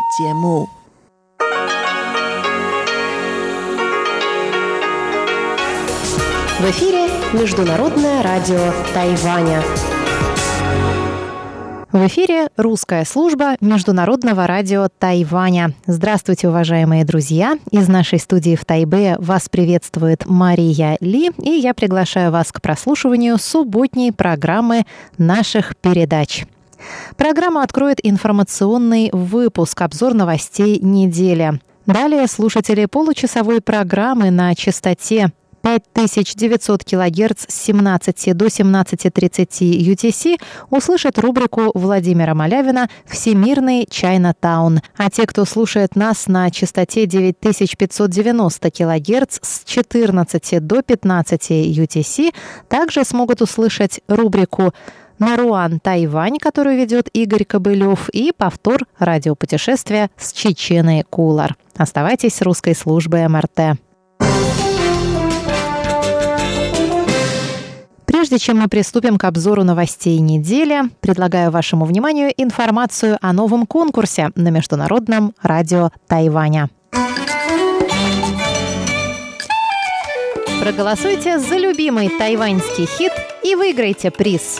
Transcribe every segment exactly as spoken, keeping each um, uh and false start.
节目。 В эфире Международное радио Тайваня. В эфире русская служба Международного радио Тайваня. Здравствуйте, уважаемые друзья! Из нашей студии в Тайбе вас приветствует Мария Ли, и я приглашаю вас к прослушиванию субботней программы наших передач. Программа откроет информационный выпуск «Обзор новостей недели». Далее слушатели получасовой программы на частоте пять тысяч девятьсот килогерц с семнадцати до семнадцати тридцати ю ти си услышат рубрику Владимира Малявина «Всемирный Чайнатаун». А те, кто слушает нас на частоте девять тысяч пятьсот девяносто килогерц с четырнадцати до пятнадцати ю ти си, также смогут услышать рубрику «Наруан Тайвань», которую ведет Игорь Кобылев, и повтор радиопутешествия с Чеченой Кулар. Оставайтесь с русской службой эм эр тэ. Прежде чем мы приступим к обзору новостей недели, предлагаю вашему вниманию информацию о новом конкурсе на Международном радио Тайваня. Проголосуйте за любимый тайваньский хит и выиграйте приз.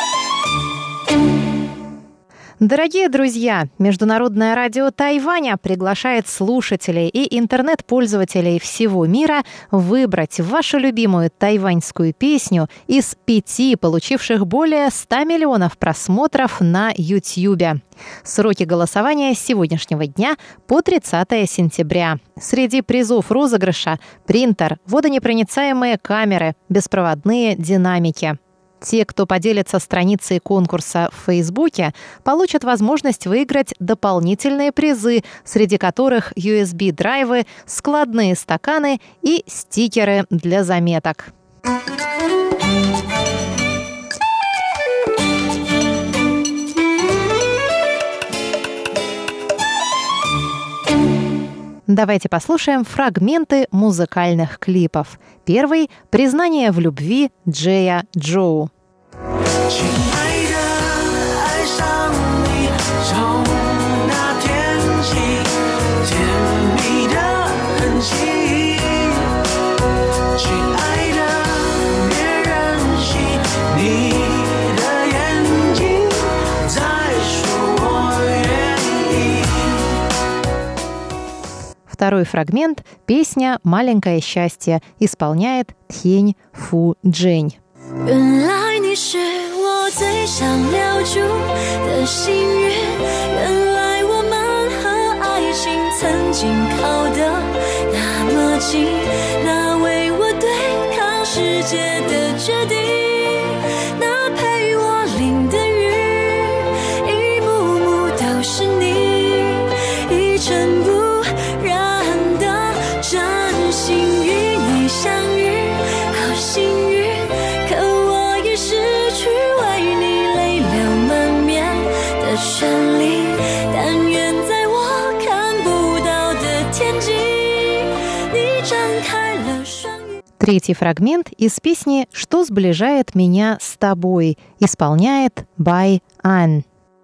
Дорогие друзья, Международное радио Тайваня приглашает слушателей и интернет-пользователей всего мира выбрать вашу любимую тайваньскую песню из пяти, получивших более ста миллионов просмотров на Ютьюбе. Сроки голосования с сегодняшнего дня по тридцатого сентября. Среди призов розыгрыша – принтер, водонепроницаемые камеры, беспроводные динамики. Те, кто поделится страницей конкурса в Фейсбуке, получат возможность выиграть дополнительные призы, среди которых ю эс би-драйвы, складные стаканы и стикеры для заметок. Давайте послушаем фрагменты музыкальных клипов. Первый – «Признание в любви» Джея Джоу. Второй фрагмент – песня «Маленькое счастье» исполняет Тень Фу Джень. Третий фрагмент из песни «Что сближает меня с тобой» исполняет Бай Ан.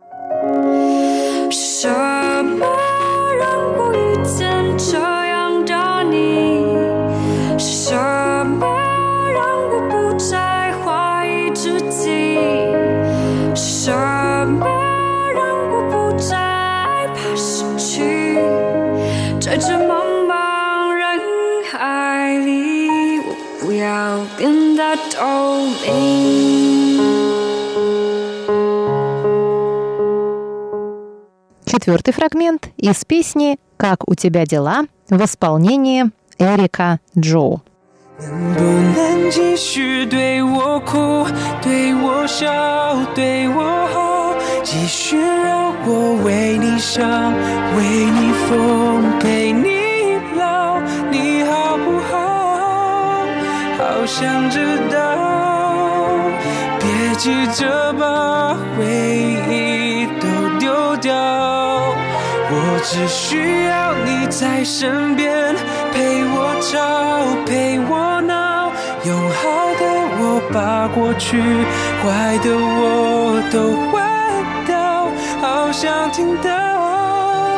Четвертый фрагмент из песни «Как у тебя дела» в исполнении Эрика Джоу. 能不能继续对我哭，对我笑，对我好，继续让我为你伤，为你疯，陪你老，你好不好？好想知道，别急着把回忆都丢掉，我只需要你在身边，陪我吵，陪我闹，用好的我把过去，坏的我都换掉，好想听到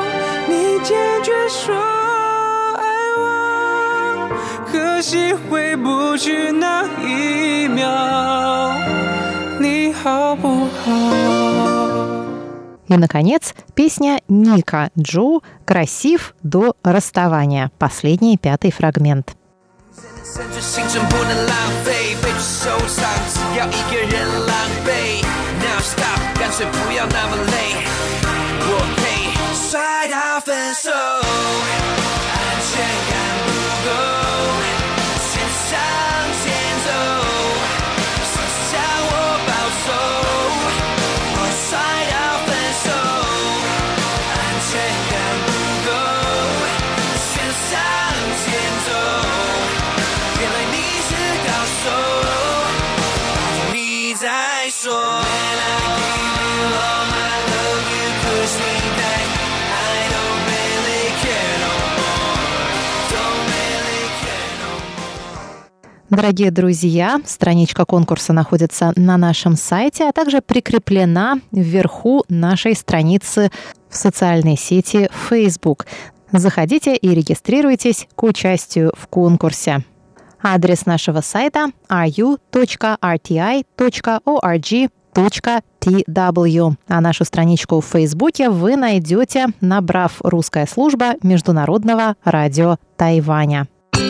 你坚决说爱我，可惜回不去那一秒，你好不好？ И, наконец, песня Ника Джоу «Красив до расставания». Последний, пятый фрагмент. 生存青春不能浪费，被受伤只要一个人狼狈。Now stop， 干脆不要那么累，我配摔到分手，安全感不够，先向前走，谁向我保守？我摔到分手，安全感不够，先向前走。 原来你是高手，你在说。And I give you all my love, you push me back. I don't really care no more. Don't really care no more. Дорогие друзья, страничка конкурса находится на нашем сайте, а также прикреплена вверху нашей страницы в социальной сети Facebook. Заходите и регистрируйтесь к участию в конкурсе. Адрес нашего сайта ар ю точка ар ти ай точка орг точка ти дабл ю. А нашу страничку в Фейсбуке вы найдете, набрав «Русская служба Международного радио Тайваня».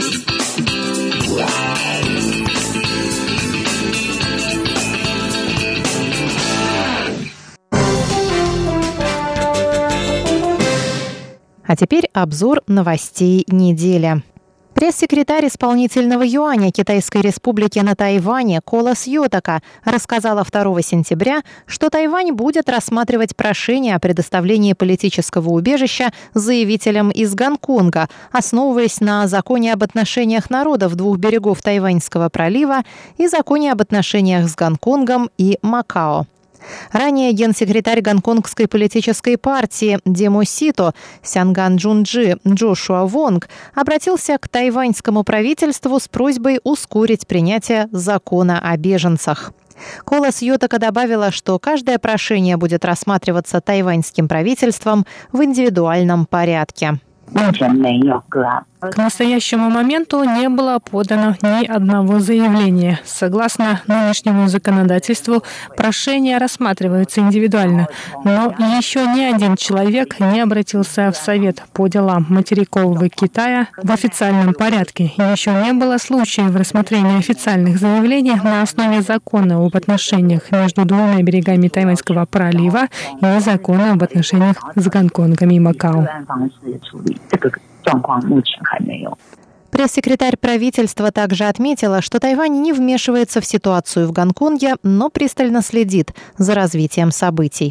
А теперь обзор новостей недели. Пресс-секретарь исполнительного юаня Китайской Республики на Тайване Колас Йотака рассказала второго сентября, что Тайвань будет рассматривать прошение о предоставлении политического убежища заявителям из Гонконга, основываясь на законе об отношениях народов двух берегов Тайваньского пролива и законе об отношениях с Гонконгом и Макао. Ранее генсекретарь гонконгской политической партии Демосито Сянган Джунджи Джошуа Вонг обратился к тайваньскому правительству с просьбой ускорить принятие закона о беженцах. Колас Йотака добавила, что каждое прошение будет рассматриваться тайваньским правительством в индивидуальном порядке. К настоящему моменту не было подано ни одного заявления. Согласно нынешнему законодательству, прошения рассматриваются индивидуально, но еще ни один человек не обратился в Совет по делам материкового Китая в официальном порядке. И еще не было случаев рассмотрения официальных заявлений на основе закона об отношениях между двумя берегами Тайваньского пролива и закона об отношениях с Гонконгом и Макао. Пресс-секретарь правительства также отметила, что Тайвань не вмешивается в ситуацию в Гонконге, но пристально следит за развитием событий.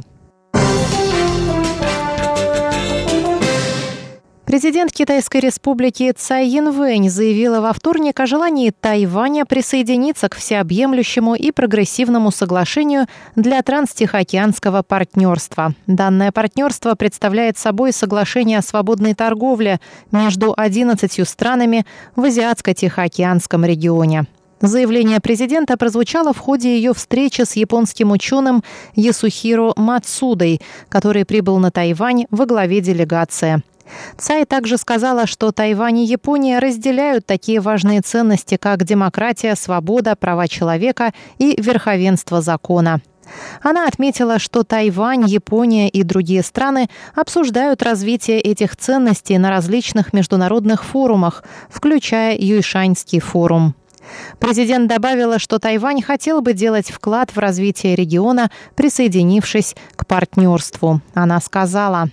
Президент Китайской Республики Цай Янвэнь заявила во вторник о желании Тайваня присоединиться к всеобъемлющему и прогрессивному соглашению для транстихоокеанского партнерства. Данное партнерство представляет собой соглашение о свободной торговле между одиннадцатью странами в Азиатско-Тихоокеанском регионе. Заявление президента прозвучало в ходе ее встречи с японским ученым Ясухиро Мацудой, который прибыл на Тайвань во главе делегации. Цай также сказала, что Тайвань и Япония разделяют такие важные ценности, как демократия, свобода, права человека и верховенство закона. Она отметила, что Тайвань, Япония и другие страны обсуждают развитие этих ценностей на различных международных форумах, включая Юйшаньский форум. Президент добавила, что Тайвань хотел бы делать вклад в развитие региона, присоединившись к партнерству. Она сказала: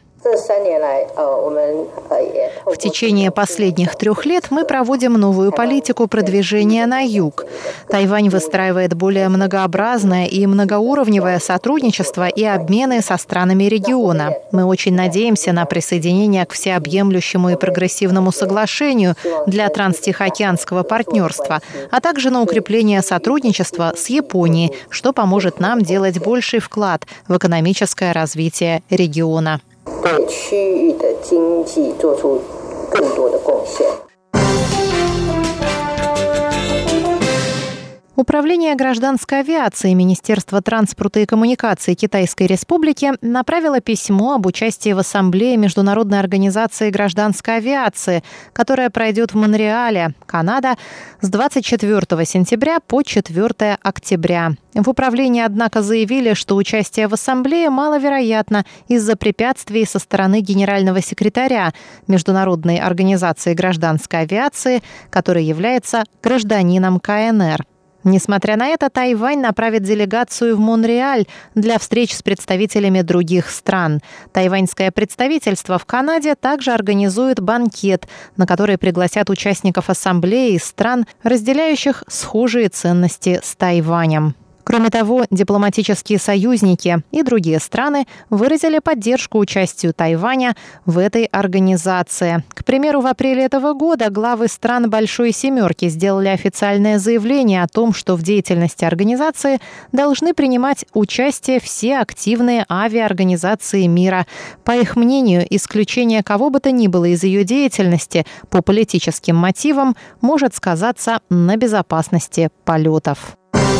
в течение последних трех лет мы проводим новую политику продвижения на юг. Тайвань выстраивает более многообразное и многоуровневое сотрудничество и обмены со странами региона. Мы очень надеемся на присоединение к всеобъемлющему и прогрессивному соглашению для транстихоокеанского партнерства, а также на укрепление сотрудничества с Японией, что поможет нам делать больший вклад в экономическое развитие региона. 对区域的经济做出更多的贡献。 Управление гражданской авиации Министерства транспорта и коммуникаций Китайской Республики направило письмо об участии в Ассамблее Международной организации гражданской авиации, которая пройдет в Монреале, Канада, с двадцать четвёртого сентября по четвёртого октября. В управлении, однако, заявили, что участие в Ассамблее маловероятно из-за препятствий со стороны генерального секретаря Международной организации гражданской авиации, который является гражданином ка эн эр. Несмотря на это, Тайвань направит делегацию в Монреаль для встреч с представителями других стран. Тайваньское представительство в Канаде также организует банкет, на который пригласят участников ассамблеи из стран, разделяющих схожие ценности с Тайванем. Кроме того, дипломатические союзники и другие страны выразили поддержку участию Тайваня в этой организации. К примеру, в апреле этого года главы стран Большой Семерки сделали официальное заявление о том, что в деятельности организации должны принимать участие все активные авиаорганизации мира. По их мнению, исключение кого бы то ни было из ее деятельности по политическим мотивам может сказаться на безопасности полетов.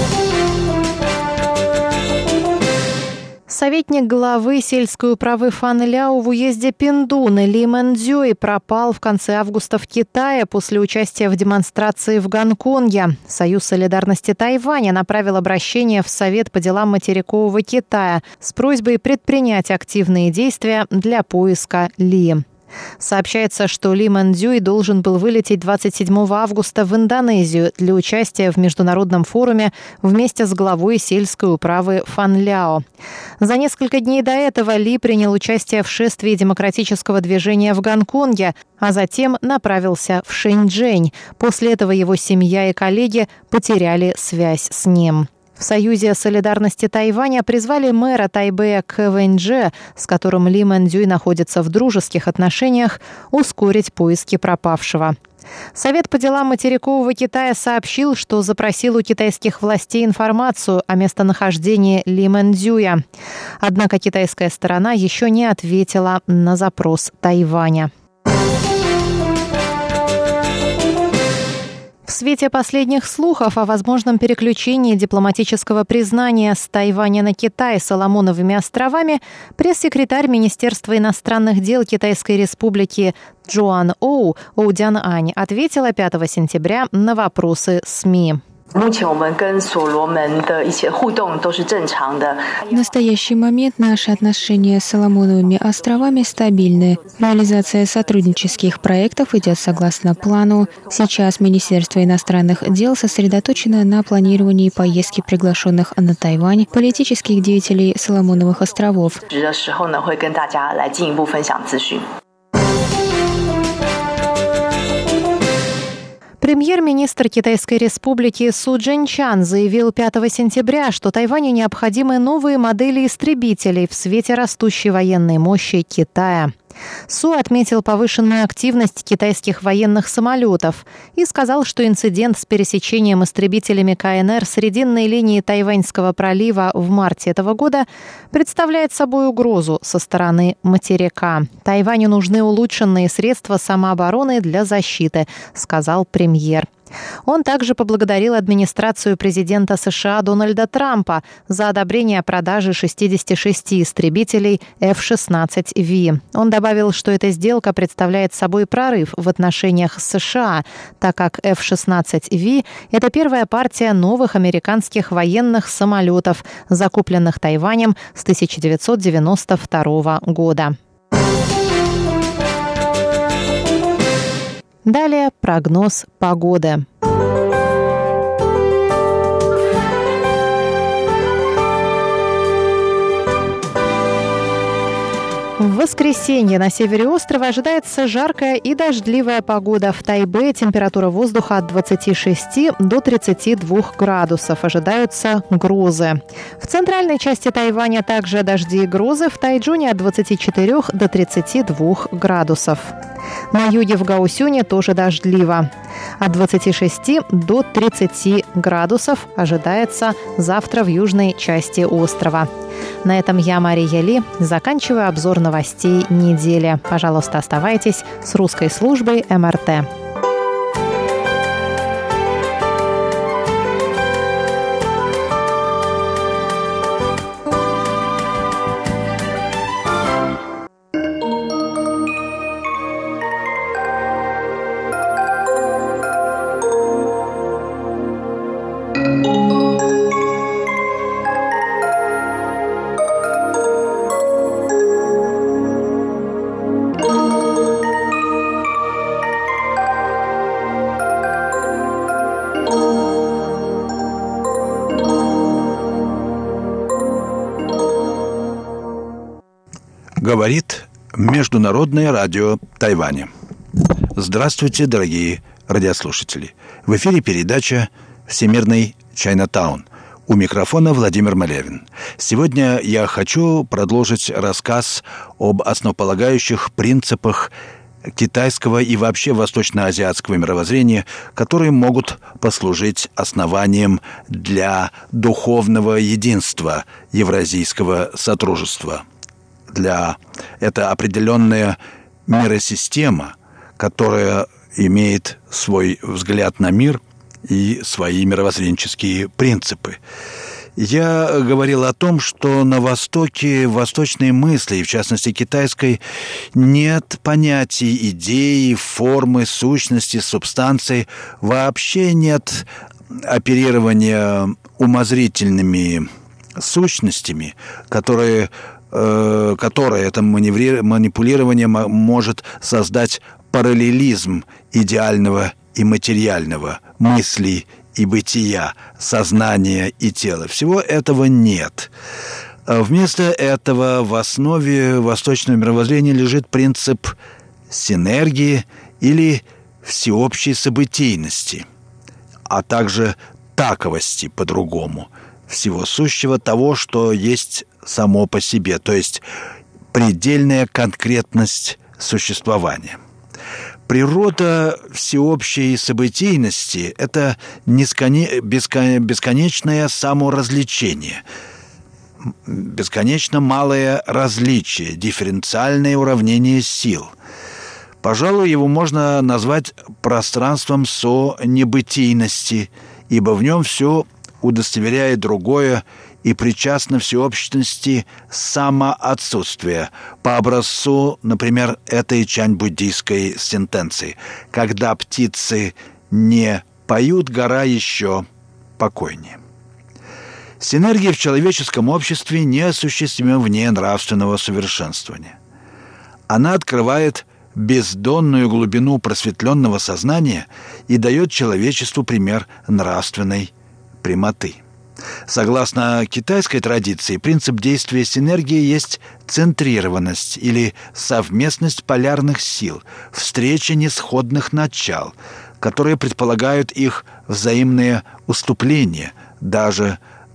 Советник главы сельской управы Фанляо в уезде Пиндун Ли Мэн-дзюй пропал в конце августа в Китае после участия в демонстрации в Гонконге. Союз солидарности Тайваня направил обращение в Совет по делам материкового Китая с просьбой предпринять активные действия для поиска Ли. Сообщается, что Ли Мэн-дзюй должен был вылететь двадцать седьмого августа в Индонезию для участия в международном форуме вместе с главой сельской управы Фанляо. За несколько дней до этого Ли принял участие в шествии демократического движения в Гонконге, а затем направился в Шэньчжэнь. После этого его семья и коллеги потеряли связь с ним. В Союзе солидарности Тайваня призвали мэра Тайбэя Кэ Вэньчжэ, с которым Ли Мэн-дзюй находится в дружеских отношениях, ускорить поиски пропавшего. Совет по делам материкового Китая сообщил, что запросил у китайских властей информацию о местонахождении Ли Мэн-дзюя. Однако китайская сторона еще не ответила на запрос Тайваня. В свете последних слухов о возможном переключении дипломатического признания с Тайваня на Китай Соломоновыми островами пресс-секретарь Министерства иностранных дел Китайской Республики Джоан Оу Оудян Ань ответила пятого сентября на вопросы СМИ. В настоящий момент наши отношения с Соломоновыми островами стабильны. Реализация сотруднических проектов идет согласно плану. Сейчас Министерство иностранных дел сосредоточено на планировании поездки приглашенных на Тайвань политических деятелей Соломоновых островов. Премьер-министр Китайской Республики Су Чжэньчан заявил пятого сентября, что Тайваню необходимы новые модели истребителей в свете растущей военной мощи Китая. Су отметил повышенную активность китайских военных самолетов и сказал, что инцидент с пересечением истребителями ка эн эр срединной линии Тайваньского пролива в марте этого года представляет собой угрозу со стороны материка. Тайваню нужны улучшенные средства самообороны для защиты, сказал премьер. Он также поблагодарил администрацию президента США Дональда Трампа за одобрение продажи шестидесяти шести истребителей эф шестнадцать ви. Он добавил, что эта сделка представляет собой прорыв в отношениях с США, так как эф шестнадцать ви – это первая партия новых американских военных самолетов, закупленных Тайванем с тысяча девятьсот девяносто второго года. Далее прогноз погоды. В воскресенье на севере острова ожидается жаркая и дождливая погода. В Тайбэе температура воздуха от двадцати шести до тридцати двух градусов. Ожидаются грозы. В центральной части Тайваня также дожди и грозы. В Тайчжуне от двадцати четырёх до тридцати двух градусов. На юге в Гаосюне тоже дождливо. От двадцати шести до тридцати градусов ожидается завтра в южной части острова. На этом я, Мария Ли, заканчиваю обзор новостей недели. Пожалуйста, оставайтесь с русской службой эм эр тэ. Говорит Международное радио Тайваня. Здравствуйте, дорогие радиослушатели. В эфире передача «Всемирный Чайнатаун». У микрофона Владимир Малявин. Сегодня я хочу продолжить рассказ об основополагающих принципах китайского и вообще восточноазиатского мировоззрения, которые могут послужить основанием для духовного единства Евразийского сотрудничества. Для... Это определенная миросистема, которая имеет свой взгляд на мир и свои мировоззренческие принципы. Я говорил о том, что на Востоке, в восточной мысли, и в частности китайской, нет понятий, идеи, формы, сущности, субстанции. Вообще нет оперирования умозрительными сущностями, которые, э, которые это манипулирование может создать параллелизм идеального и материального, мысли и бытия, сознания и тела. Всего этого нет. Вместо этого в основе восточного мировоззрения лежит принцип синергии или всеобщей событийности, а также таковости по-другому, всего сущего того, что есть само по себе, то есть предельная конкретность существования. Природа всеобщей событийности – это бесконечное саморазвлечение, бесконечно малое различие, дифференциальное уравнение сил. Пожалуй, его можно назвать пространством сонебытийности, ибо в нем все удостоверяет другое и причастно всеобщности самоотсутствия, по образцу, например, этой чань-буддийской сентенции: «Когда птицы не поют, гора еще покойнее». Синергия в человеческом обществе неосуществима вне нравственного совершенствования. Она открывает бездонную глубину просветленного сознания и дает человечеству пример нравственной прямоты. Согласно китайской традиции, принцип действия синергии есть центрированность или совместность полярных сил, встреча несходных начал, которые предполагают их взаимное уступление, даже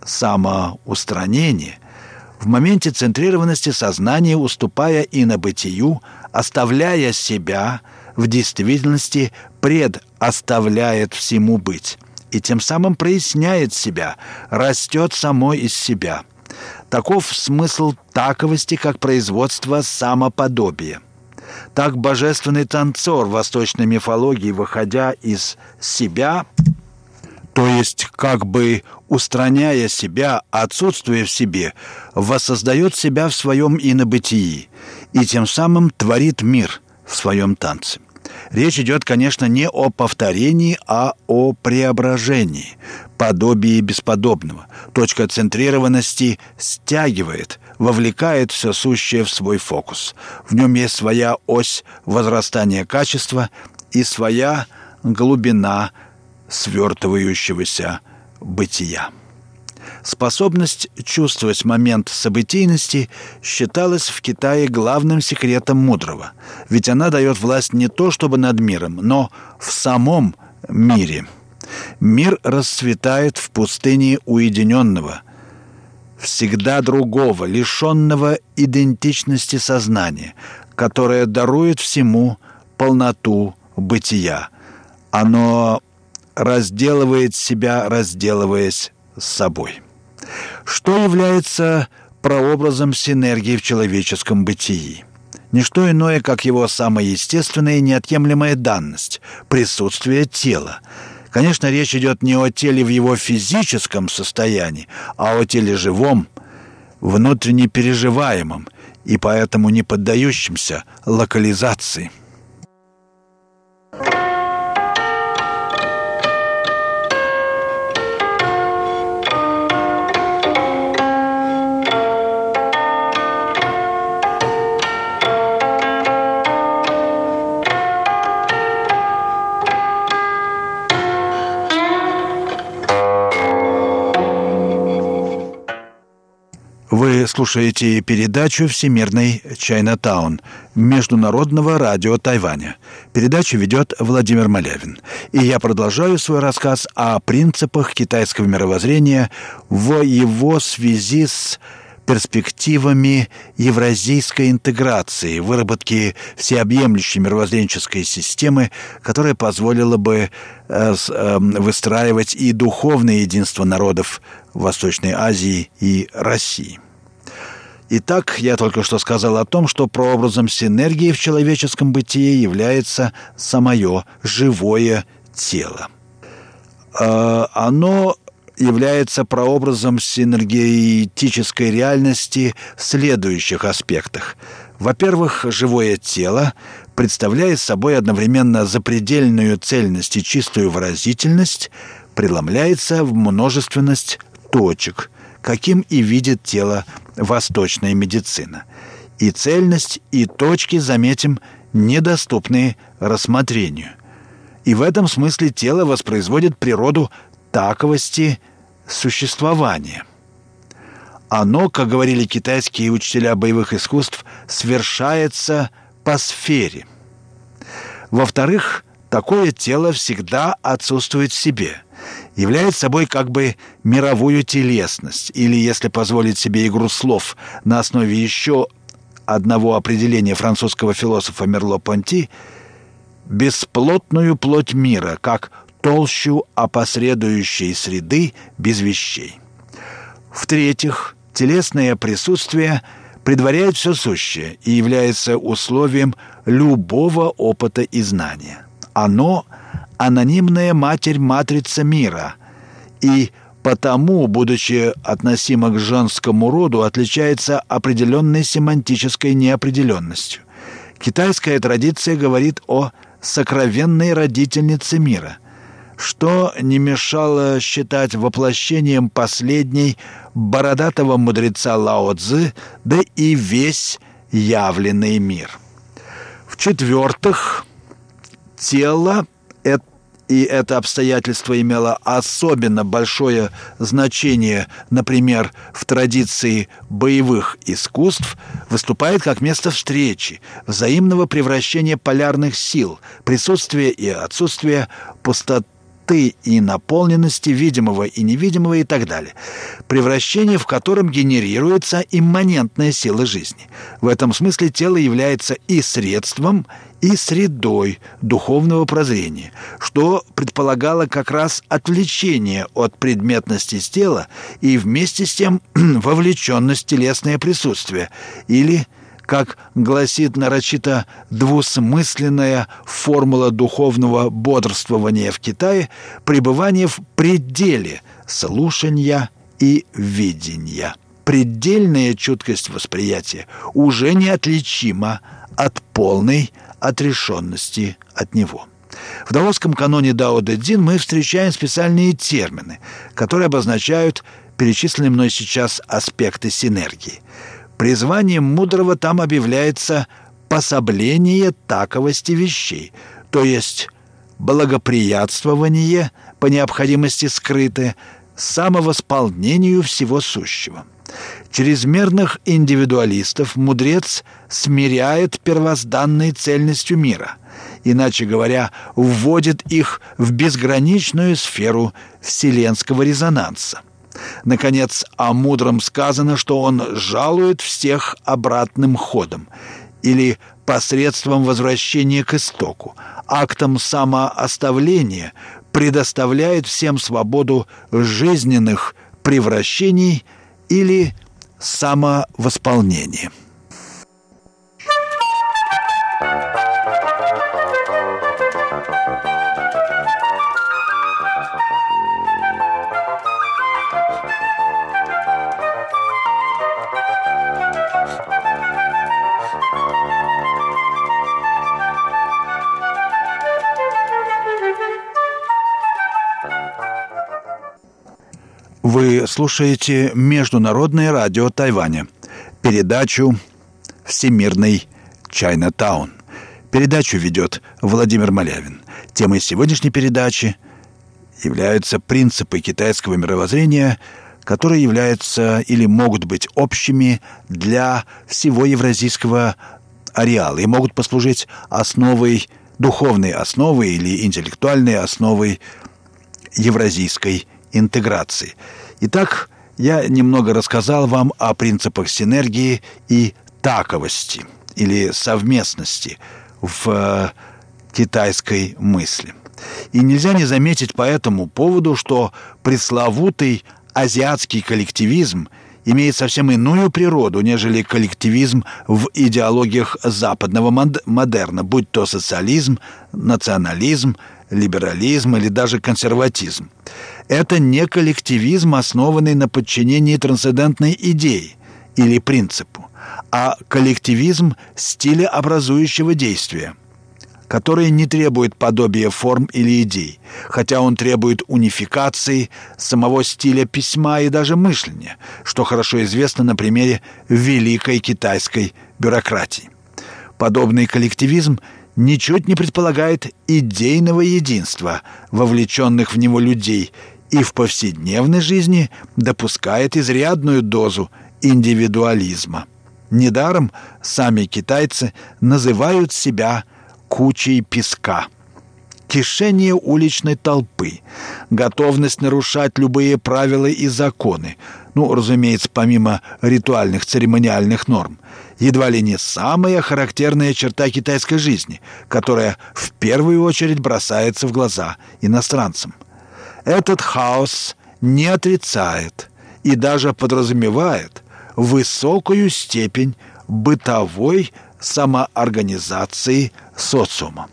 самоустранение. В моменте центрированности сознание, уступая инобытию, оставляя себя, в действительности предоставляет всему быть, и тем самым проясняет себя, растет само из себя. Таков смысл таковости, как производство самоподобия. Так божественный танцор в восточной мифологии, выходя из себя, то есть как бы устраняя себя, отсутствуя в себе, воссоздает себя в своем инобытии и тем самым творит мир в своем танце. Речь идет, конечно, не о повторении, а о преображении, подобии бесподобного. Точка центрированности стягивает, вовлекает все сущее в свой фокус. В нем есть своя ось возрастания качества и своя глубина свертывающегося бытия. Способность чувствовать момент событийности считалась в Китае главным секретом мудрого, ведь она дает власть не то чтобы над миром, но в самом мире. Мир расцветает в пустыне уединенного, всегда другого, лишенного идентичности сознания, которое дарует всему полноту бытия. Оно разделывает себя, разделываясь с собой. Что является прообразом синергии в человеческом бытии? Не что иное, как его самая естественная и неотъемлемая данность – присутствие тела. Конечно, речь идет не о теле в его физическом состоянии, а о теле живом, внутренне переживаемом и поэтому не поддающемся локализации. слушаете передачу «Всемирный Чайнатаун» Международного радио Тайваня. Передачу ведет Владимир Малявин. И я продолжаю свой рассказ о принципах китайского мировоззрения в его связи с перспективами евразийской интеграции, выработки всеобъемлющей мировоззренческой системы, которая позволила бы э, э, выстраивать и духовное единство народов Восточной Азии и России. Итак, я только что сказал о том, что прообразом синергии в человеческом бытии является самое живое тело. Э, оно является прообразом синергетической реальности в следующих аспектах. Во-первых, живое тело представляет собой одновременно запредельную цельность и чистую выразительность, преломляется в множественность точек, каким и видит тело восточная медицина. И цельность, и точки, заметим, недоступны рассмотрению. И в этом смысле тело воспроизводит природу таковости существования. Оно, как говорили китайские учителя боевых искусств, свершается по сфере. Во-вторых, такое тело всегда отсутствует в себе, является собой как бы мировую телесность, или, если позволить себе игру слов на основе еще одного определения французского философа Мерло-Понти, бесплотную плоть мира, как толщу опосредующей среды без вещей. В-третьих, телесное присутствие предваряет все сущее и является условием любого опыта и знания. Оно – анонимная матерь-матрица мира, и потому, будучи относимо к женскому роду, отличается определенной семантической неопределенностью. Китайская традиция говорит о сокровенной родительнице мира, что не мешало считать воплощением последней бородатого мудреца Лао Цзы, да и весь явленный мир. В-четвертых, тело, и это обстоятельство имело особенно большое значение, например, в традиции боевых искусств, выступает как место встречи, взаимного превращения полярных сил, присутствия и отсутствия, пустоты и наполненности видимого и невидимого и так далее, превращение в котором генерируется имманентная сила жизни. В этом смысле тело является и средством, и средой духовного прозрения, что предполагало как раз отвлечение от предметности тела и вместе с тем вовлеченность в телесное присутствие, или, как гласит нарочито двусмысленная формула духовного бодрствования в Китае, пребывание в пределе слушания и видения. Предельная чуткость восприятия уже неотличима от полной отрешенности от него. В даосском каноне Дао Дэ Цзин мы встречаем специальные термины, которые обозначают перечисленные мной сейчас аспекты синергии. Призванием мудрого там объявляется пособление таковости вещей, то есть благоприятствование, по необходимости скрытое, самовосполнению всего сущего. Чрезмерных индивидуалистов мудрец смиряет первозданной цельностью мира, иначе говоря, вводит их в безграничную сферу вселенского резонанса. Наконец, о мудром сказано, что он жалует всех обратным ходом или посредством возвращения к истоку, актом самооставления предоставляет всем свободу жизненных превращений или самовосполнения. Вы слушаете Международное радио Тайваня, передачу «Всемирный Чайнатаун». Передачу ведет Владимир Малявин. Темой сегодняшней передачи являются принципы китайского мировоззрения, которые являются или могут быть общими для всего евразийского ареала и могут послужить основой, духовной основой или интеллектуальной основой евразийской интеграции. Итак, я немного рассказал вам о принципах синергии и таковости или совместности в китайской мысли. И нельзя не заметить по этому поводу, что пресловутый азиатский коллективизм имеет совсем иную природу, нежели коллективизм в идеологиях западного модерна, будь то социализм, национализм, либерализм или даже консерватизм. Это не коллективизм, основанный на подчинении трансцендентной идее или принципу, а коллективизм стиля образующего действия, который не требует подобия форм или идей, хотя он требует унификации самого стиля письма и даже мышления, что хорошо известно на примере великой китайской бюрократии. Подобный коллективизм ничуть не предполагает идейного единства вовлеченных в него людей и в повседневной жизни допускает изрядную дозу индивидуализма. Недаром сами китайцы называют себя кучей песка. Кишение уличной толпы, готовность нарушать любые правила и законы, ну, разумеется, помимо ритуальных церемониальных норм, едва ли не самая характерная черта китайской жизни, которая в первую очередь бросается в глаза иностранцам. Этот хаос не отрицает и даже подразумевает высокую степень бытовой самоорганизации социума.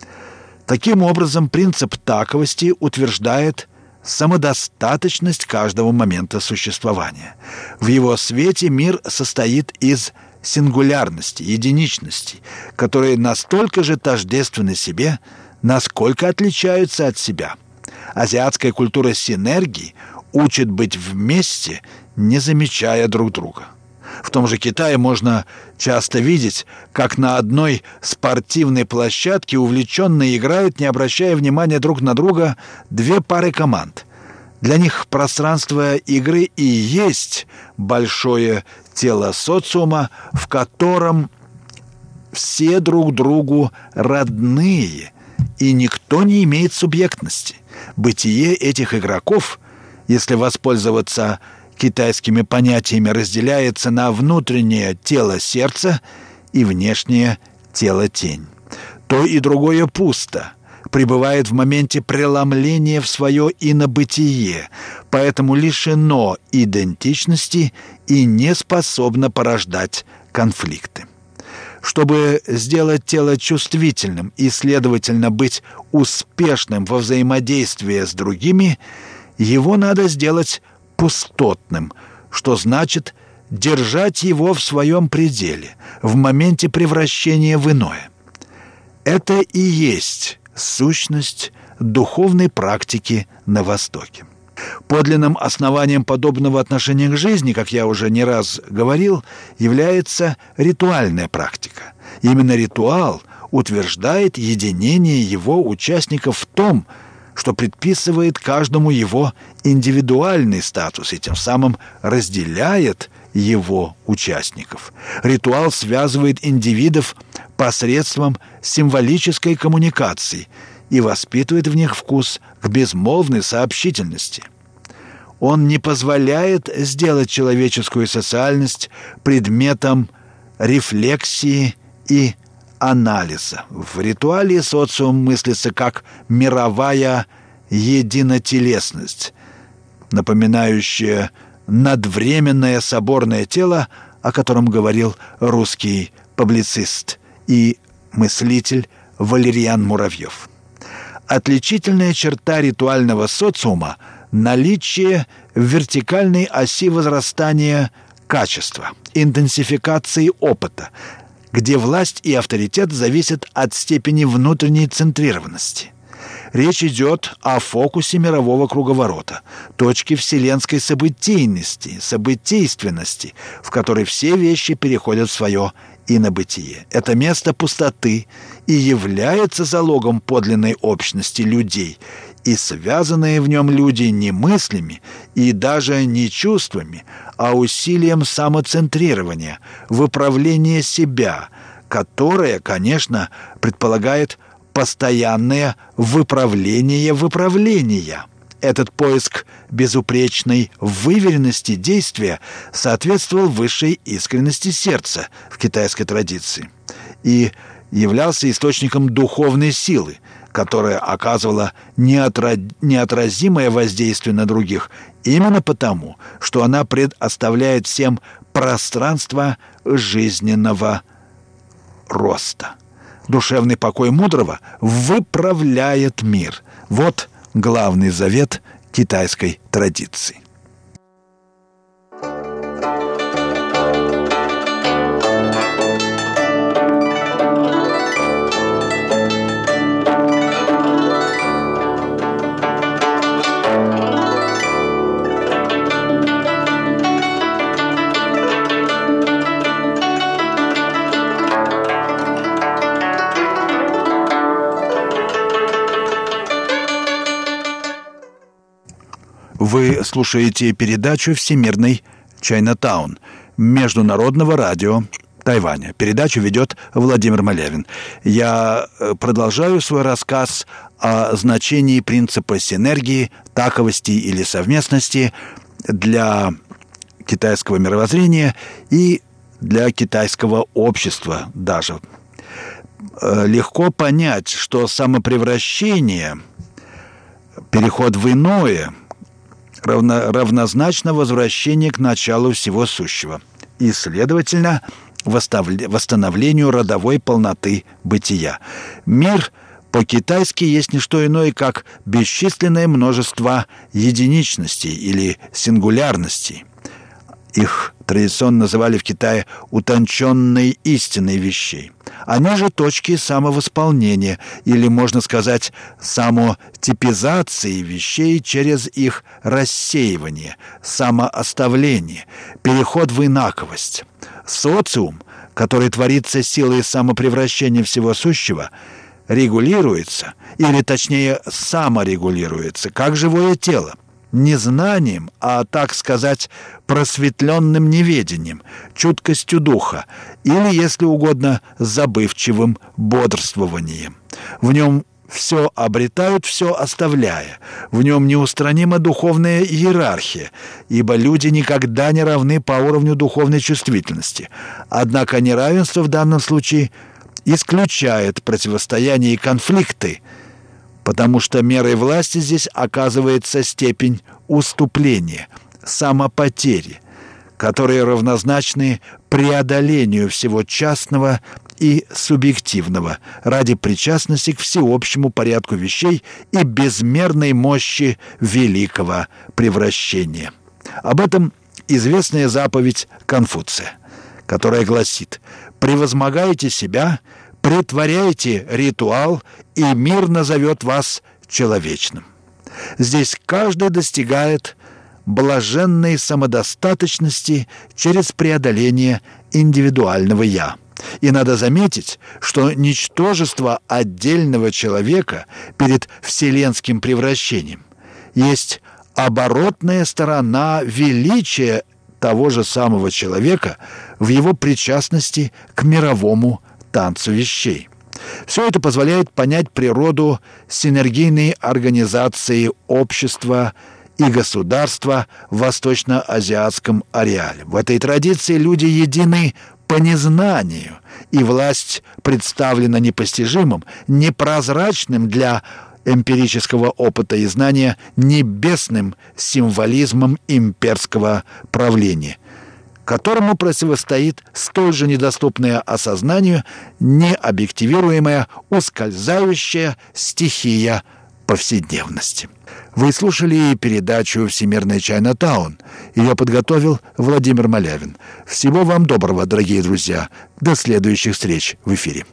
Таким образом, принцип таковости утверждает самодостаточность каждого момента существования. В его свете мир состоит из сингулярности, единичности, которые настолько же тождественны себе, насколько отличаются от себя. Азиатская культура синергии учит быть вместе, не замечая друг друга. В том же Китае можно часто видеть, как на одной спортивной площадке увлеченно играют, не обращая внимания друг на друга, две пары команд. Для них пространство игры и есть большое тело социума, в котором все друг другу родные, и никто не имеет субъектности. Бытие этих игроков, если воспользоваться китайскими понятиями, разделяется на внутреннее тело-сердце и внешнее тело-тень. То и другое пусто, пребывает в моменте преломления в свое инобытие, поэтому лишено идентичности и не способно порождать конфликты. Чтобы сделать тело чувствительным и, следовательно, быть успешным во взаимодействии с другими, его надо сделать пустотным, что значит держать его в своем пределе, в моменте превращения в иное. Это и есть сущность духовной практики на Востоке. Подлинным основанием подобного отношения к жизни, как я уже не раз говорил, является ритуальная практика. Именно ритуал утверждает единение его участников в том, что предписывает каждому его индивидуальный статус и тем самым разделяет его участников. Ритуал связывает индивидов посредством символической коммуникации и воспитывает в них вкус к безмолвной сообщительности. Он не позволяет сделать человеческую социальность предметом рефлексии и анализа. В ритуале социум мыслится как мировая единотелесность, напоминающая надвременное соборное тело, о котором говорил русский публицист и мыслитель Валериан Муравьев. Отличительная черта ритуального социума – наличие в вертикальной оси возрастания качества, интенсификации опыта, где власть и авторитет зависят от степени внутренней центрированности. Речь идет о фокусе мирового круговорота, точке вселенской событийности, событийственности, в которой все вещи переходят в свое инобытие. Это место пустоты и является залогом подлинной общности людей и связанные в нем люди не мыслями и даже не чувствами, а усилием самоцентрирования, выправления себя, которое, конечно, предполагает постоянное выправление выправления. Этот поиск безупречной выверенности действия соответствовал высшей искренности сердца в китайской традиции и являлся источником духовной силы, которая оказывала неотра- неотразимое воздействие на других именно потому, что она предоставляет всем пространство жизненного роста. Душевный покой мудрого выправляет мир. Вот главный завет китайской традиции. Вы слушаете передачу «Всемирный Чайнатаун» Международного радио Тайваня. Передачу ведет Владимир Малявин. Я продолжаю свой рассказ о значении принципа синергии, таковости или совместности для китайского мировоззрения и для китайского общества даже. Легко понять, что самопревращение, переход в иное – Равно, равнозначно возвращение к началу всего сущего и, следовательно, восстановлению родовой полноты бытия. Мир по-китайски есть не что иное, как бесчисленное множество единичностей или сингулярностей. Их традиционно называли в Китае утонченной истиной вещей. Они же точки самовосполнения, или, можно сказать, самотипизации вещей через их рассеивание, самооставление, переход в инаковость. Социум, который творится силой самопревращения всего сущего, регулируется, или, точнее, саморегулируется, как живое тело. Не знанием, а, так сказать, просветленным неведением, чуткостью духа или, если угодно, забывчивым бодрствованием. В нем все обретают, все оставляя. В нем неустранима духовная иерархия, ибо люди никогда не равны по уровню духовной чувствительности. Однако неравенство в данном случае исключает противостояние и конфликты, потому что мерой власти здесь оказывается степень уступления, самопотери, которые равнозначны преодолению всего частного и субъективного ради причастности к всеобщему порядку вещей и безмерной мощи великого превращения. Об этом известная заповедь Конфуция, которая гласит: «Превозмогайте себя, претворяйте ритуал, и мир назовет вас человечным». Здесь каждый достигает блаженной самодостаточности через преодоление индивидуального «я». И надо заметить, что ничтожество отдельного человека перед вселенским превращением есть оборотная сторона величия того же самого человека в его причастности к мировому танцу вещей. Все это позволяет понять природу синергийной организации общества и государства в восточно-азиатском ареале. В этой традиции люди едины по незнанию, и власть представлена непостижимым, непрозрачным для эмпирического опыта и знания небесным символизмом имперского правления, которому противостоит столь же недоступное осознанию необъективируемая, ускользающая стихия повседневности. Вы слушали передачу «Всемирный Чайнатаун». Ее подготовил Владимир Малявин. Всего вам доброго, дорогие друзья. До следующих встреч в эфире.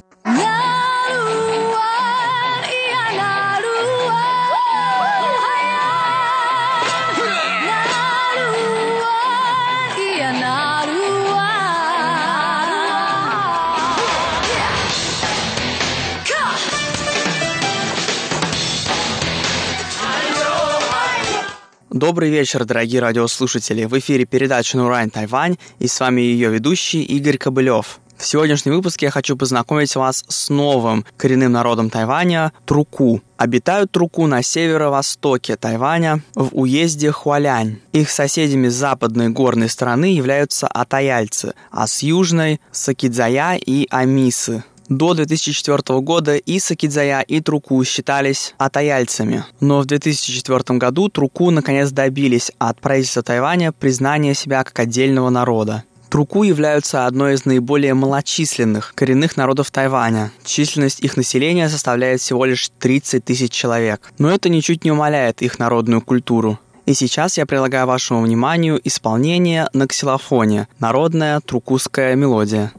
Добрый вечер, дорогие радиослушатели. В эфире передача «Нурань Тайвань» и с вами ее ведущий Игорь Кобылев. В сегодняшнем выпуске я хочу познакомить вас с новым коренным народом Тайваня – труку. Обитают труку на северо-востоке Тайваня, в уезде Хуалянь. Их соседями с западной горной стороны являются атаяльцы, а с южной – сакидзая и амисы. До две тысячи четвёртого года и сакидзая, и труку считались атаяльцами. Но в две тысячи четвёртом году труку наконец добились от правительства Тайваня признания себя как отдельного народа. Труку являются одной из наиболее малочисленных коренных народов Тайваня. Численность их населения составляет всего лишь тридцать тысяч человек. Но это ничуть не умаляет их народную культуру. И сейчас я предлагаю вашему вниманию исполнение на ксилофоне «Народная трукузская мелодия».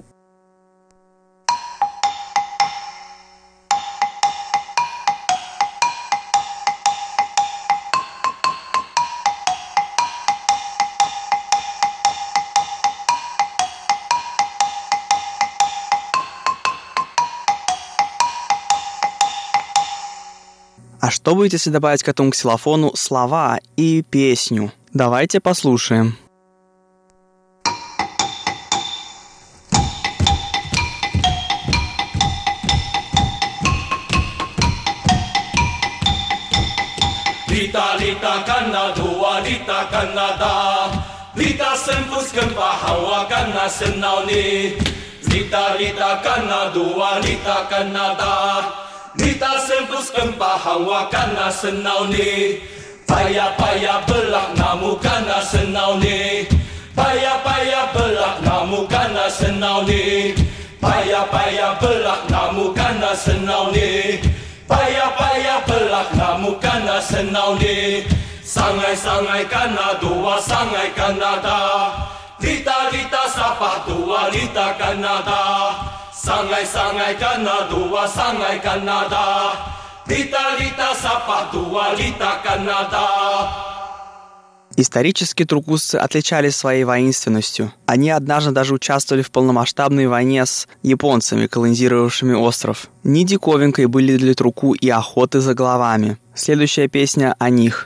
А что будет, если добавить к этому ксилофону слова и песню? Давайте послушаем. Lita lita kana dua lita kana da lita sempus kempa hawa kana senau ni lita lita kana dua lita kana da Nita sempus kempahang wakana senau ni Payah-payah belak namu kana senau ni Payah-payah belak namu kana senau ni Payah-payah belak namu kana senau ni Payah-payah belak namu kana senau ni Sangai-sangai kana dua sangai kanada Lita-lita sapah dua lita kanada Sangai-sangai kana dua sangai Канада, лита-лита сапа дуа лита Канада. Исторически трукузцы отличались своей воинственностью. Они однажды даже участвовали в полномасштабной войне с японцами, колонизировавшими остров. Не диковинкой были для труку и охоты за головами. Следующая песня о них.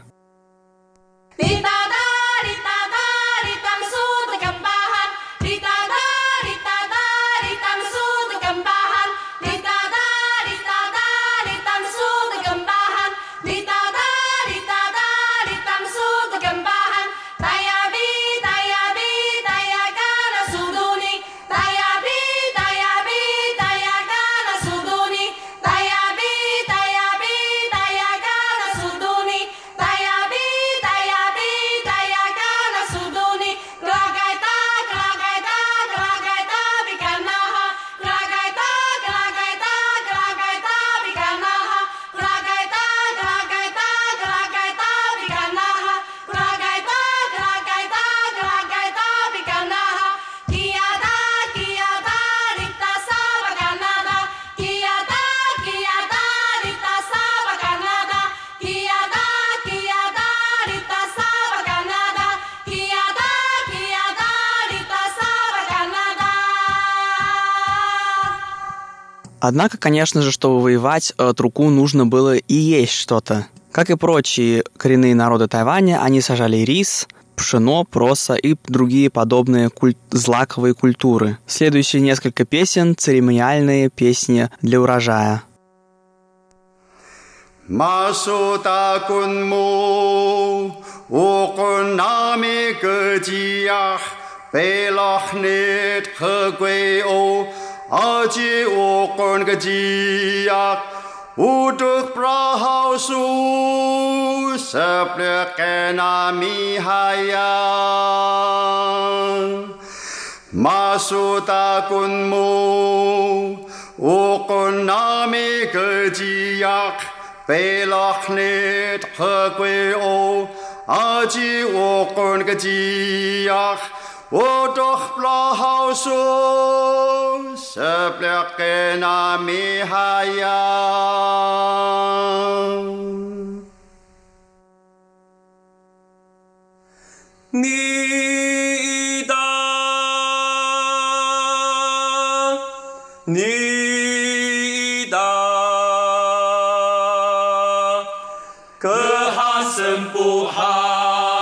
Однако, конечно же, чтобы воевать, труку нужно было и есть что-то. Как и прочие коренные народы Тайваня, они сажали рис, пшено, проса и другие подобные куль... злаковые культуры. Следующие несколько песен – церемониальные песни для урожая. Масута кунму укунами гдиях белахнет хгвео Аджи окон гдиях удух прахаусу сеплекена михая Масута кунму укунами гдиях белахнет хгвео Аджи окон гдиях удух прахаусу сеплекена михая Нида Нида Kehasempuhan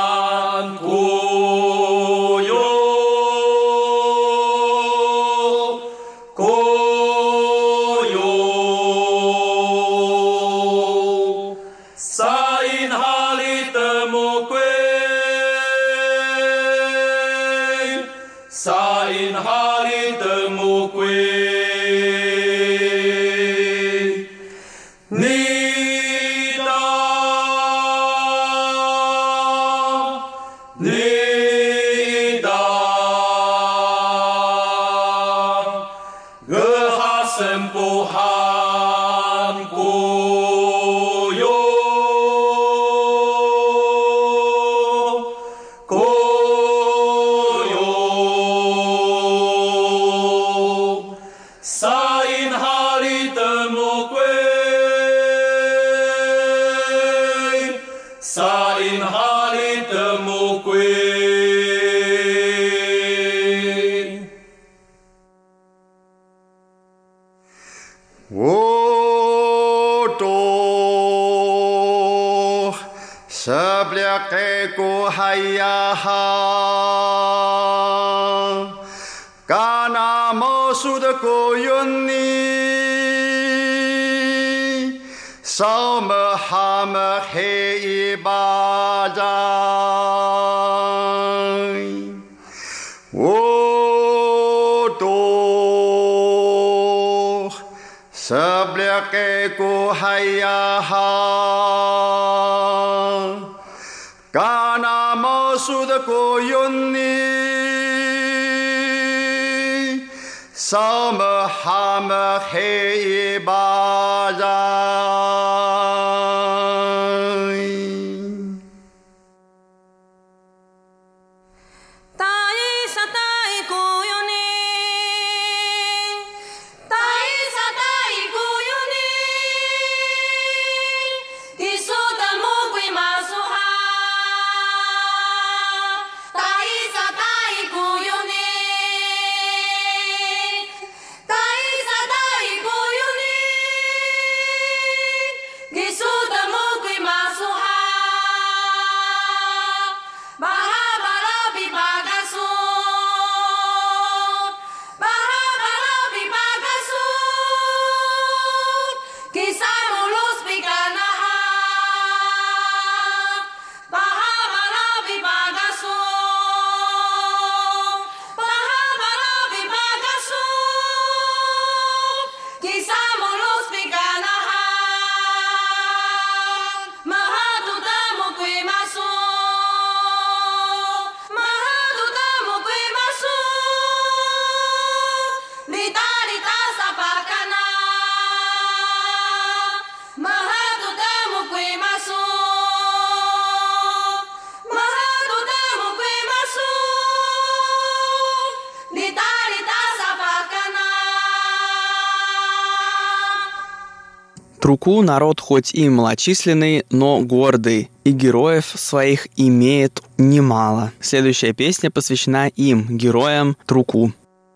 Труку народ хоть и малочисленный, но гордый, и героев своих имеет немало. Следующая песня посвящена им, героям Труку.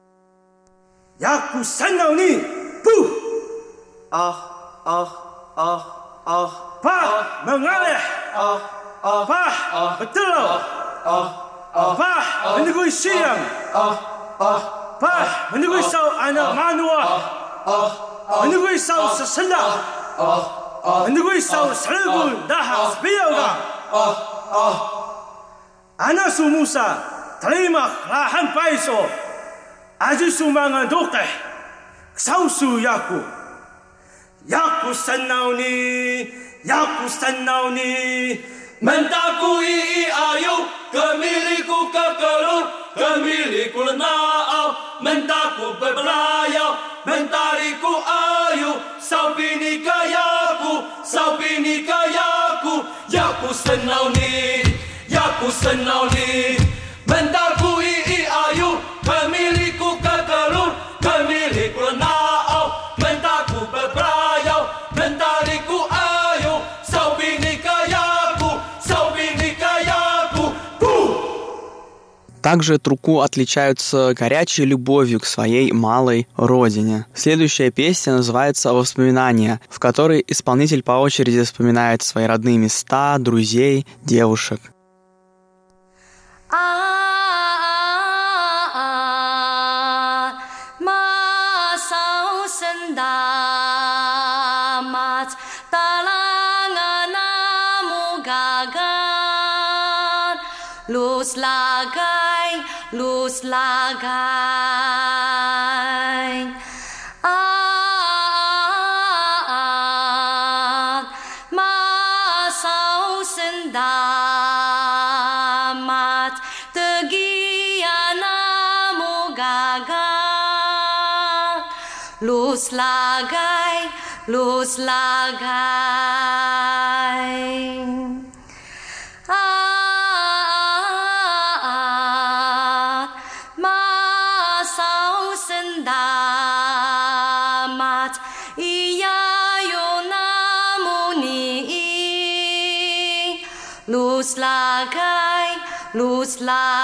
Яку санауни, пу! Ах, ах, ах, ах, па, мангале, ах, ах, па, бетело, ах, ах, па, менигуй сиям, ах, ах, па, менигуй сау ана мануа, ах, менигуй сау сасала, ах, менигуй сау 살고 나하 스비어가, ах, ах, 아나수 무사, 달리마 라한 바이소. 아주 수망한 독대 사우수 야구 야구 산 나오니 야구 산 나오니 Mentaku'i ayu kemiliku kekelur kemiliku naau mentaku berbelayau mentariku ayu saupini kayaku saupini kayaku yaku senauni yaku senauni mentaku'i ayu kemiliku kekelur kemiliku naau mentaku berbelayau mentariku ayu saupini kayaku saupini kayaku pu. Также Труку отличаются горячей любовью к своей малой родине. Следующая песня называется «Воспоминания», в которой исполнитель по очереди вспоминает свои родные места, друзей, девушек. Lus lagay, lus lagay. Ah, masaw sendamat tegiana mo gaga. Lus lagay, luz lagay. At masaw sendamat iyayo namuni luz lagay, luz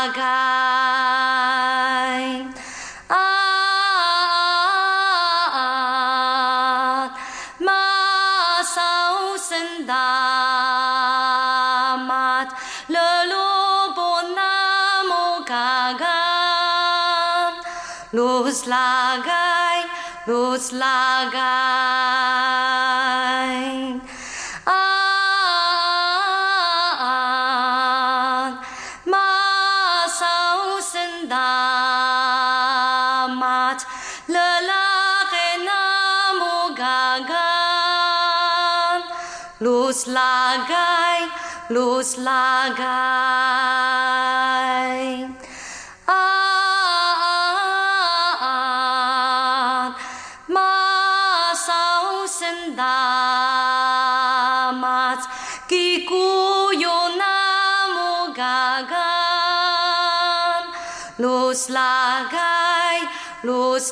lagay. At masaw sendamat lelubon namo kagan luz lagay, luz lagay. At masaw sendamat lalaki namo gagan luz lagay, luz lagay. At masaw sendamat kikuyo namo gagan luz lagay, luz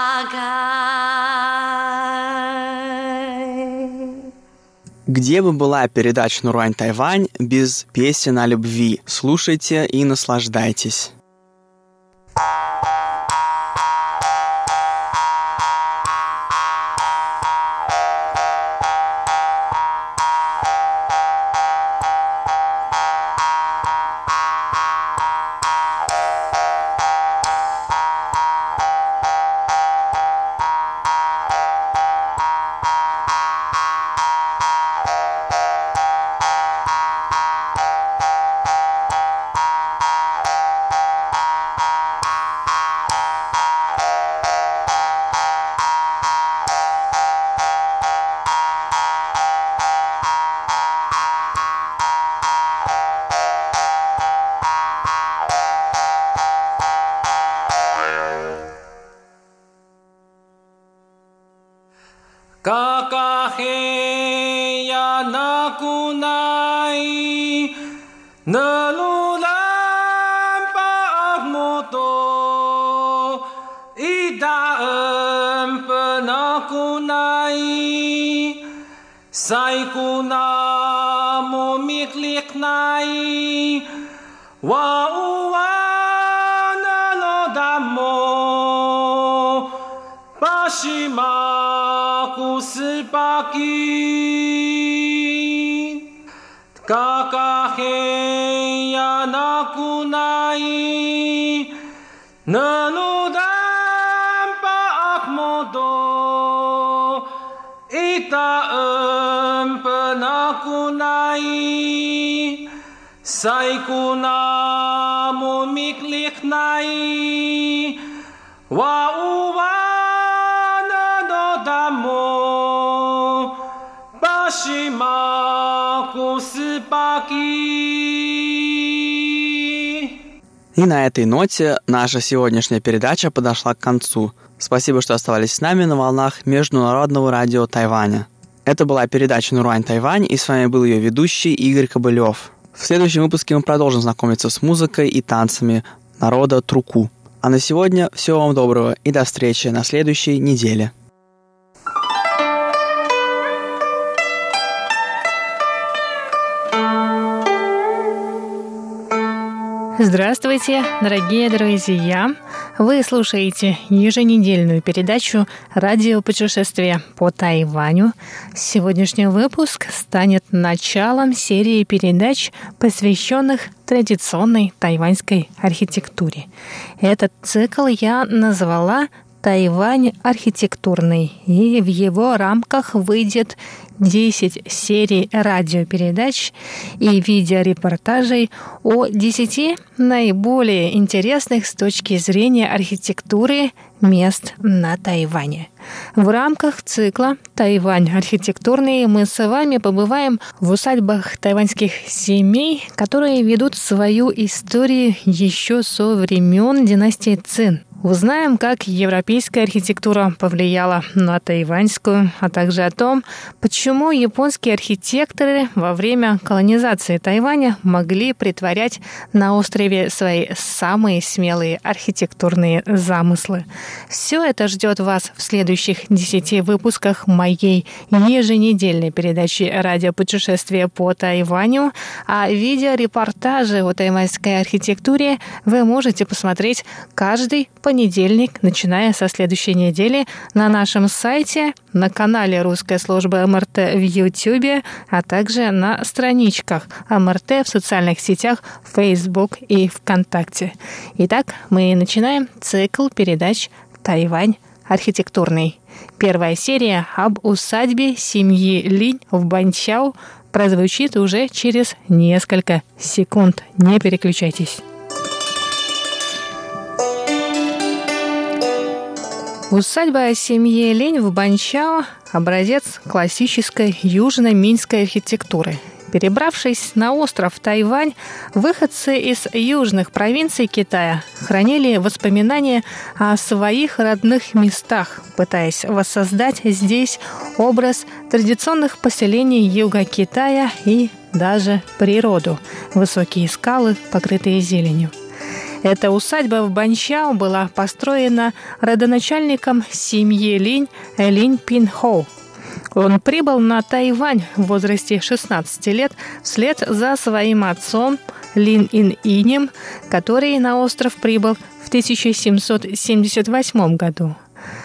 lagay. Где бы была передача «Нурань Тайвань» без песен о любви? Слушайте и наслаждайтесь. Kakaheya nakunay nalulan paagmoto idaan panakunay say kuna mo mikliknay wauwa nalodamo pashima kusipaki kakaheya nakunay naludan paakmodo itaan panakunay say kuna mo mikliknay wauwa И на этой ноте наша сегодняшняя передача подошла к концу. Спасибо, что оставались с нами на волнах Международного радио Тайваня. Это была передача «Нурань Тайвань», и с вами был ее ведущий Игорь Кобылев. В следующем выпуске мы продолжим знакомиться с музыкой и танцами народа Труку. А на сегодня всего вам доброго и до встречи на следующей неделе. Здравствуйте, дорогие друзья! Вы слушаете еженедельную передачу «Радиопутешествие по Тайваню». Сегодняшний выпуск станет началом серии передач, посвященных традиционной тайваньской архитектуре. Этот цикл я назвала «Тайвань архитектурный», и в его рамках выйдет десять серий радиопередач и видеорепортажей о десяти наиболее интересных с точки зрения архитектуры мест на Тайване. В рамках цикла «Тайвань архитектурный» мы с вами побываем в усадьбах тайваньских семей, которые ведут свою историю еще со времен династии Цин. Узнаем, как европейская архитектура повлияла на тайваньскую, а также о том, почему японские архитекторы во время колонизации Тайваня могли притворять на острове свои самые смелые архитектурные замыслы. Все это ждет вас в следующих десяти выпусках моей еженедельной передачи «Радиопутешествие по Тайваню», а видеорепортажи о тайваньской архитектуре вы можете посмотреть каждый понедельник. понедельник, начиная со следующей недели, на нашем сайте, на канале Русской службы эм эр тэ в Ютьюбе, а также на страничках эм эр тэ в социальных сетях Facebook и ВКонтакте. Итак, мы начинаем цикл передач «Тайвань архитектурный». Первая серия об усадьбе семьи Линь в Банчао прозвучит уже через несколько секунд. Не переключайтесь. Усадьба семьи Линь в Банчао – образец классической южно-минской архитектуры. Перебравшись на остров Тайвань, выходцы из южных провинций Китая хранили воспоминания о своих родных местах, пытаясь воссоздать здесь образ традиционных поселений юга Китая и даже природу – высокие скалы, покрытые зеленью. Эта усадьба в Банчао была построена родоначальником семьи Линь Линь Пинхоу. Он прибыл на Тайвань в возрасте шестнадцати лет вслед за своим отцом Лин Ин-инем, который на остров прибыл в тысяча семьсот семьдесят восьмом году.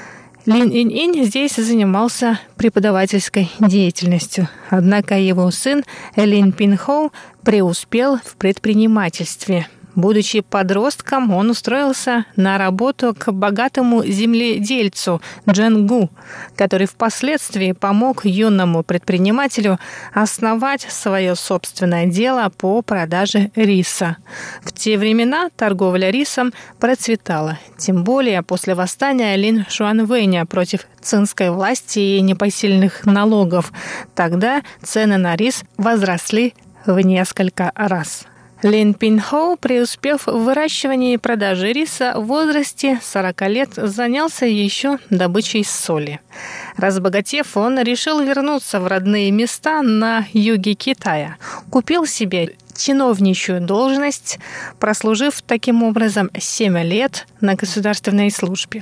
Лин Ин-инь здесь занимался преподавательской деятельностью, однако его сын Лин Пинхоу преуспел в предпринимательстве. Будучи подростком, он устроился на работу к богатому земледельцу Дженгу, который впоследствии помог юному предпринимателю основать свое собственное дело по продаже риса. В те времена торговля рисом процветала, тем более после восстания Лин Шуанвэня против цинской власти и непосильных налогов. Тогда цены на рис возросли в несколько раз. Лин Пинхоу, преуспев в выращивании и продаже риса, в возрасте сорока лет занялся еще добычей соли. Разбогатев, он решил вернуться в родные места на юге Китая. Купил себе чиновничью должность, прослужив таким образом семь лет на государственной службе.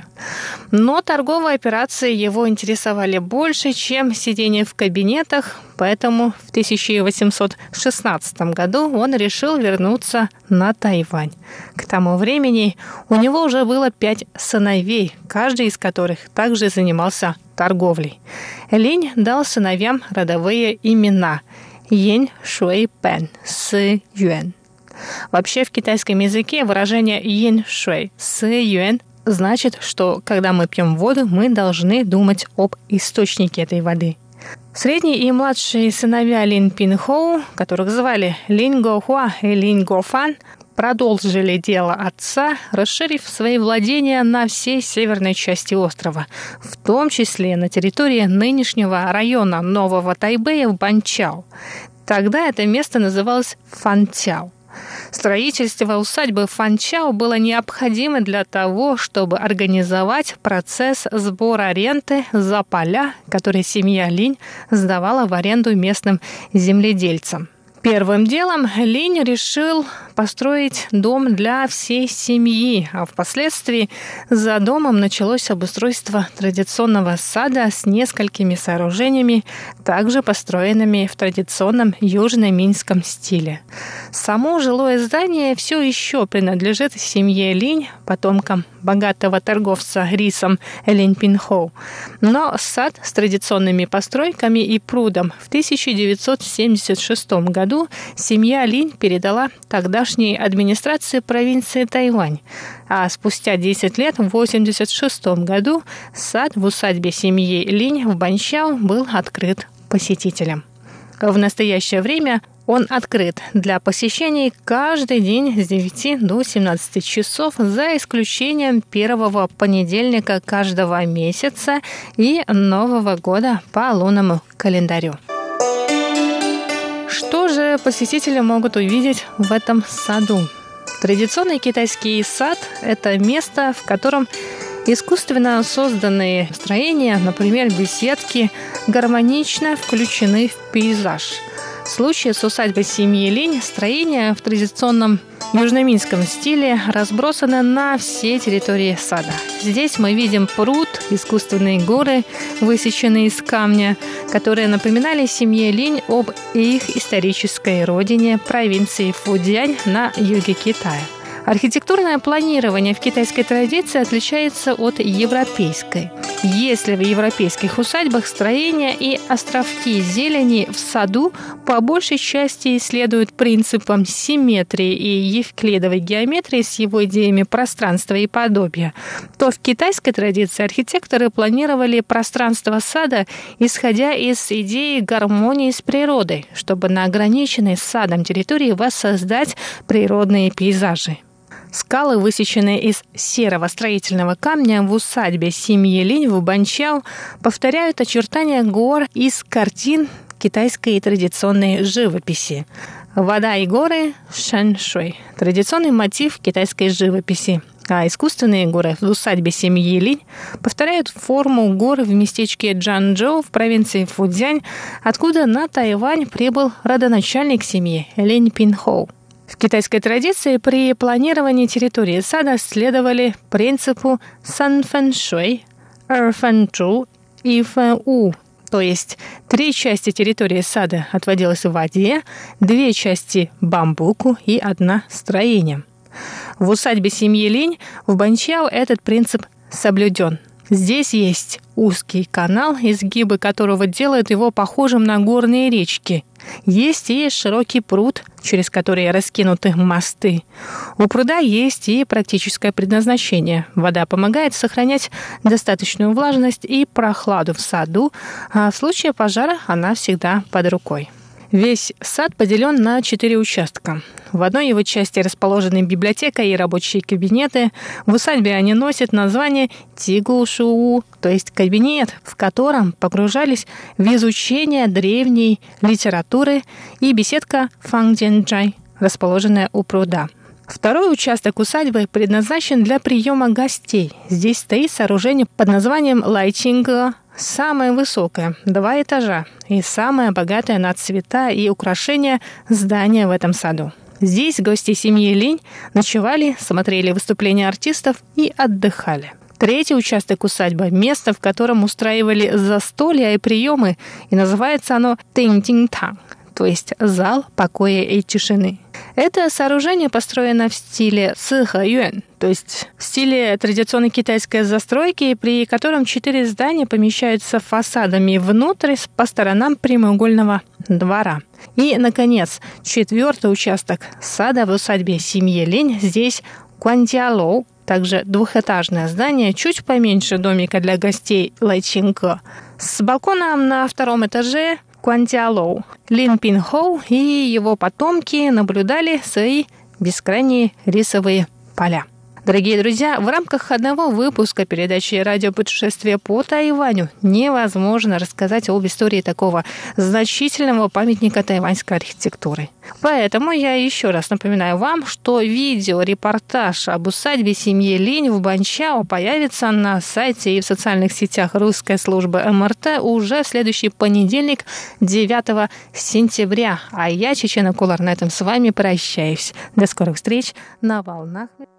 Но торговые операции его интересовали больше, чем сидение в кабинетах, поэтому в тысяча восемьсот шестнадцатом году он решил вернуться на Тайвань. К тому времени у него уже было пять сыновей, каждый из которых также занимался торговлей. Линь дал сыновьям родовые имена – Yin Shui Pen, Си Юэн. Вообще в китайском языке выражение Yin Shui, Си Юэн значит, что когда мы пьем воду, мы должны думать об источнике этой воды. Средний и младшие сыновья Лин Пинхоу, которых звали Лин Гохуа и Лин Гофан, продолжили дело отца, расширив свои владения на всей северной части острова, в том числе на территории нынешнего района Нового Тайбэя в Банчао. Тогда это место называлось Фанчао. Строительство усадьбы Фанчао было необходимо для того, чтобы организовать процесс сбора ренты за поля, которые семья Линь сдавала в аренду местным земледельцам. Первым делом Линь решил построить дом для всей семьи, а впоследствии за домом началось обустройство традиционного сада с несколькими сооружениями, также построенными в традиционном южно-минском стиле. Само жилое здание все еще принадлежит семье Линь, потомкам богатого торговца рисом Лин Пинхоу. Но сад с традиционными постройками и прудом в тысяча девятьсот семьдесят шестом году семья Линь передала тогдашней администрации провинции Тайвань, а спустя десять лет, в восемьдесят шестом году, сад в усадьбе семьи Линь в Банчао был открыт посетителям. В настоящее время он открыт для посещений каждый день с девяти до семнадцати часов, за исключением первого понедельника каждого месяца и Нового года по лунному календарю. Что же посетители могут увидеть в этом саду? Традиционный китайский сад – это место, в котором искусственно созданные строения, например, беседки, гармонично включены в пейзаж. В случае с усадьбой семьи Линь строения в традиционном южноминском стиле разбросаны на всей территории сада. Здесь мы видим пруд, искусственные горы, высеченные из камня, которые напоминали семье Линь об их исторической родине, провинции Фудзянь на юге Китая. Архитектурное планирование в китайской традиции отличается от европейской. Если в европейских усадьбах строения и островки зелени в саду по большей части следуют принципам симметрии и евклидовой геометрии с его идеями пространства и подобия, то в китайской традиции архитекторы планировали пространство сада, исходя из идеи гармонии с природой, чтобы на ограниченной садом территории воссоздать природные пейзажи. Скалы, высеченные из серого строительного камня в усадьбе семьи Линь в Банчао, повторяют очертания гор из картин китайской традиционной живописи. Вода и горы – шэншуй – традиционный мотив китайской живописи. А искусственные горы в усадьбе семьи Линь повторяют форму гор в местечке Чжанчжоу в провинции Фудзянь, откуда на Тайвань прибыл родоначальник семьи Линь Пинхоу. В китайской традиции при планировании территории сада следовали принципу санфэншуй, эрфэнчжу и фэнву, то есть три части территории сада отводилось в воде, две части бамбуку и одна строением. В усадьбе семьи Линь в Банчао этот принцип соблюден. Здесь есть узкий канал, изгибы которого делают его похожим на горные речки. Есть и широкий пруд, через который раскинуты мосты. У пруда есть и практическое предназначение. Вода помогает сохранять достаточную влажность и прохладу в саду, а в случае пожара она всегда под рукой. Весь сад поделен на четыре участка. В одной его части расположены библиотека и рабочие кабинеты. В усадьбе они носят название Тигушуу, то есть кабинет, в котором погружались в изучение древней литературы, и беседка Фангдянчжай, расположенная у пруда. Второй участок усадьбы предназначен для приема гостей. Здесь стоит сооружение под названием Лайчинга, самое высокое, два этажа, и самое богатое на цвета и украшения здание в этом саду. Здесь гости семьи Линь ночевали, смотрели выступления артистов и отдыхали. Третий участок усадьбы – место, в котором устраивали застолья и приемы, и называется оно Тинтинтан, то есть зал покоя и тишины. Это сооружение построено в стиле Сыхэюэн, то есть в стиле традиционной китайской застройки, при котором четыре здания помещаются фасадами внутрь по сторонам прямоугольного двора. И, наконец, четвертый участок сада в усадьбе семьи Линь. Здесь Гуандялоу, также двухэтажное здание, чуть поменьше домика для гостей Лайчинга. С балконом на втором этаже Гуандялоу. Лин Пинхоу и его потомки наблюдали свои бескрайние рисовые поля. Дорогие друзья, в рамках одного выпуска передачи «Радиопутешествие по Тайваню» невозможно рассказать об истории такого значительного памятника тайваньской архитектуры. Поэтому я еще раз напоминаю вам, что видеорепортаж об усадьбе семьи Линь в Банчао появится на сайте и в социальных сетях русской службы эм эр тэ уже в следующий понедельник, девятого сентября. А я, Чечена Кулар, на этом с вами прощаюсь. До скорых встреч на волнах.